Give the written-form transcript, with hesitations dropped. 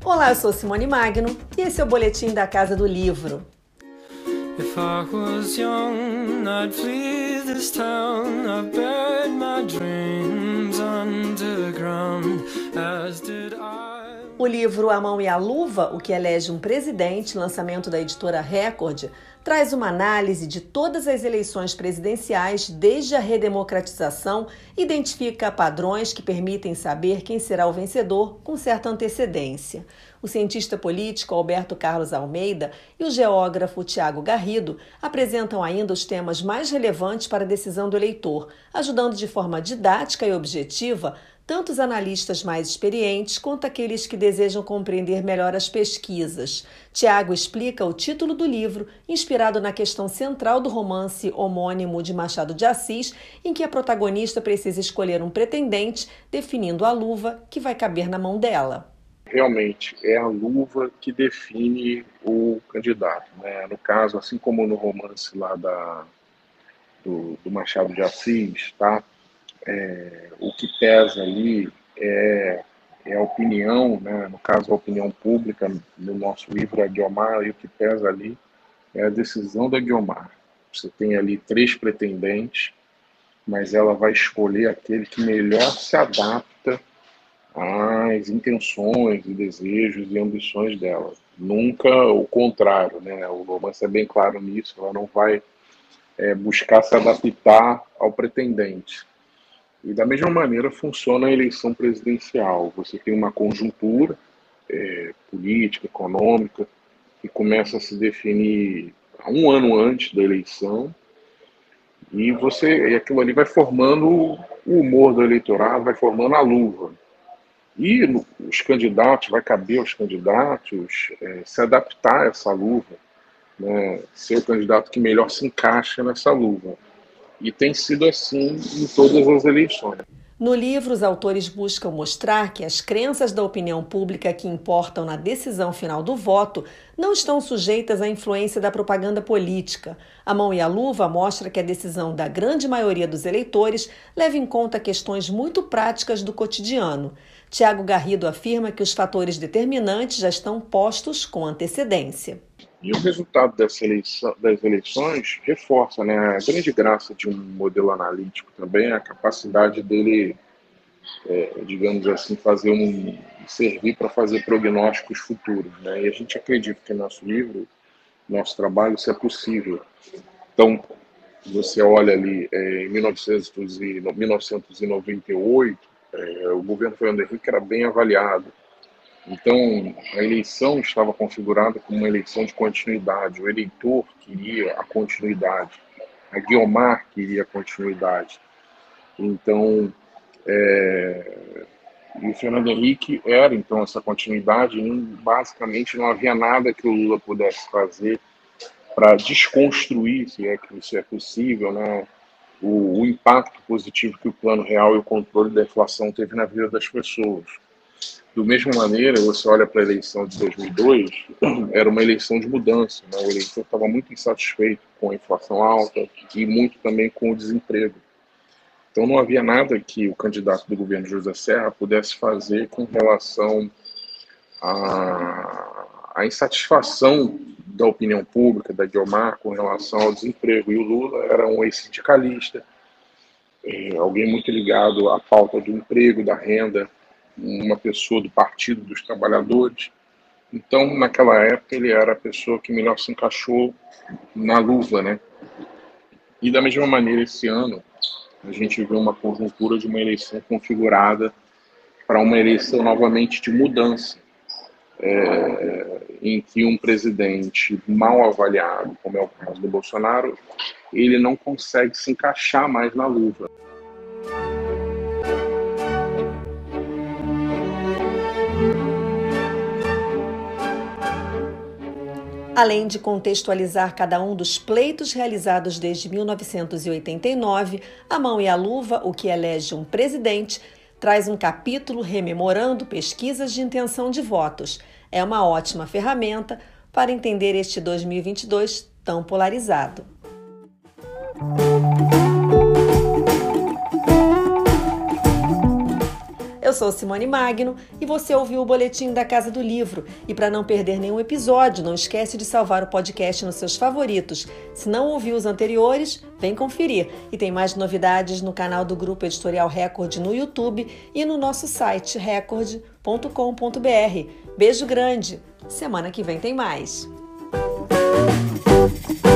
Olá, eu sou Simone Magno e esse é o Boletim da Casa do Livro. If I was young, I'd flee this town. I buried my dreams underground, as did I. O livro A Mão e a Luva, o que elege um presidente, lançamento da editora Record, traz uma análise de todas as eleições presidenciais desde a redemocratização e identifica padrões que permitem saber quem será o vencedor com certa antecedência. O cientista político Alberto Carlos Almeida e o geógrafo Tiago Garrido apresentam ainda os temas mais relevantes para a decisão do eleitor, ajudando de forma didática e objetiva tanto os analistas mais experientes quanto aqueles que desejam compreender melhor as pesquisas. Tiago explica o título do livro, inspirado na questão central do romance homônimo de Machado de Assis, em que a protagonista precisa escolher um pretendente, definindo a luva que vai caber na mão dela. Realmente é a luva que define o candidato, né? No caso, assim como no romance lá do Machado de Assis, tá? O que pesa ali é a opinião, né? No caso, a opinião pública, no nosso livro, a Guiomar, e o que pesa ali é a decisão da Guiomar. Você tem ali 3 pretendentes, mas ela vai escolher aquele que melhor se adapta às intenções e desejos e ambições dela. Nunca o contrário, né? O romance é bem claro nisso, ela não vai buscar se adaptar ao pretendente. E da mesma maneira funciona a eleição presidencial. Você tem uma conjuntura política, econômica, que começa a se definir um ano antes da eleição, e aquilo ali vai formando o humor do eleitorado, vai formando a luva. E os candidatos, vai caber aos candidatos se adaptar a essa luva, né? Ser o candidato que melhor se encaixa nessa luva. E tem sido assim em todas as eleições. No livro, os autores buscam mostrar que as crenças da opinião pública que importam na decisão final do voto não estão sujeitas à influência da propaganda política. A Mão e a Luva mostra que a decisão da grande maioria dos eleitores leva em conta questões muito práticas do cotidiano. Tiago Garrido afirma que os fatores determinantes já estão postos com antecedência. E o resultado das eleições reforça, né, a grande graça de um modelo analítico também, a capacidade dele, digamos assim, servir para fazer prognósticos futuros, né? E a gente acredita que nosso livro, nosso trabalho, isso é possível. Então, você olha ali, em 1998, o governo Fernando Henrique era bem avaliado. Então, a eleição estava configurada como uma eleição de continuidade. O eleitor queria a continuidade. A Guiomar queria a continuidade. Então, e o Fernando Henrique era, então, essa continuidade. E, basicamente, não havia nada que o Lula pudesse fazer para desconstruir, se é que isso é possível, né, o impacto positivo que o Plano Real e o controle da inflação teve na vida das pessoas. Da mesma maneira, você olha para a eleição de 2002, era uma eleição de mudança, né? O eleitor estava muito insatisfeito com a inflação alta e muito também com o desemprego. Então não havia nada que o candidato do governo José Serra pudesse fazer com relação à insatisfação da opinião pública, da Guiomar, com relação ao desemprego. E o Lula era um ex-sindicalista, alguém muito ligado à pauta do emprego, da renda, uma pessoa do Partido dos Trabalhadores. Então, naquela época, ele era a pessoa que melhor se encaixou na luva, né? E da mesma maneira, esse ano, a gente vê uma conjuntura de uma eleição configurada para uma eleição novamente de mudança, em que um presidente mal avaliado, como é o caso do Bolsonaro, ele não consegue se encaixar mais na luva. Além de contextualizar cada um dos pleitos realizados desde 1989, A Mão e a Luva, o que elege um presidente, traz um capítulo rememorando pesquisas de intenção de votos. É uma ótima ferramenta para entender este 2022 tão polarizado. Eu sou Simone Magno e você ouviu o Boletim da Casa do Livro. E para não perder nenhum episódio, não esquece de salvar o podcast nos seus favoritos. Se não ouviu os anteriores, vem conferir. E tem mais novidades no canal do Grupo Editorial Record no YouTube e no nosso site record.com.br. Beijo grande! Semana que vem tem mais.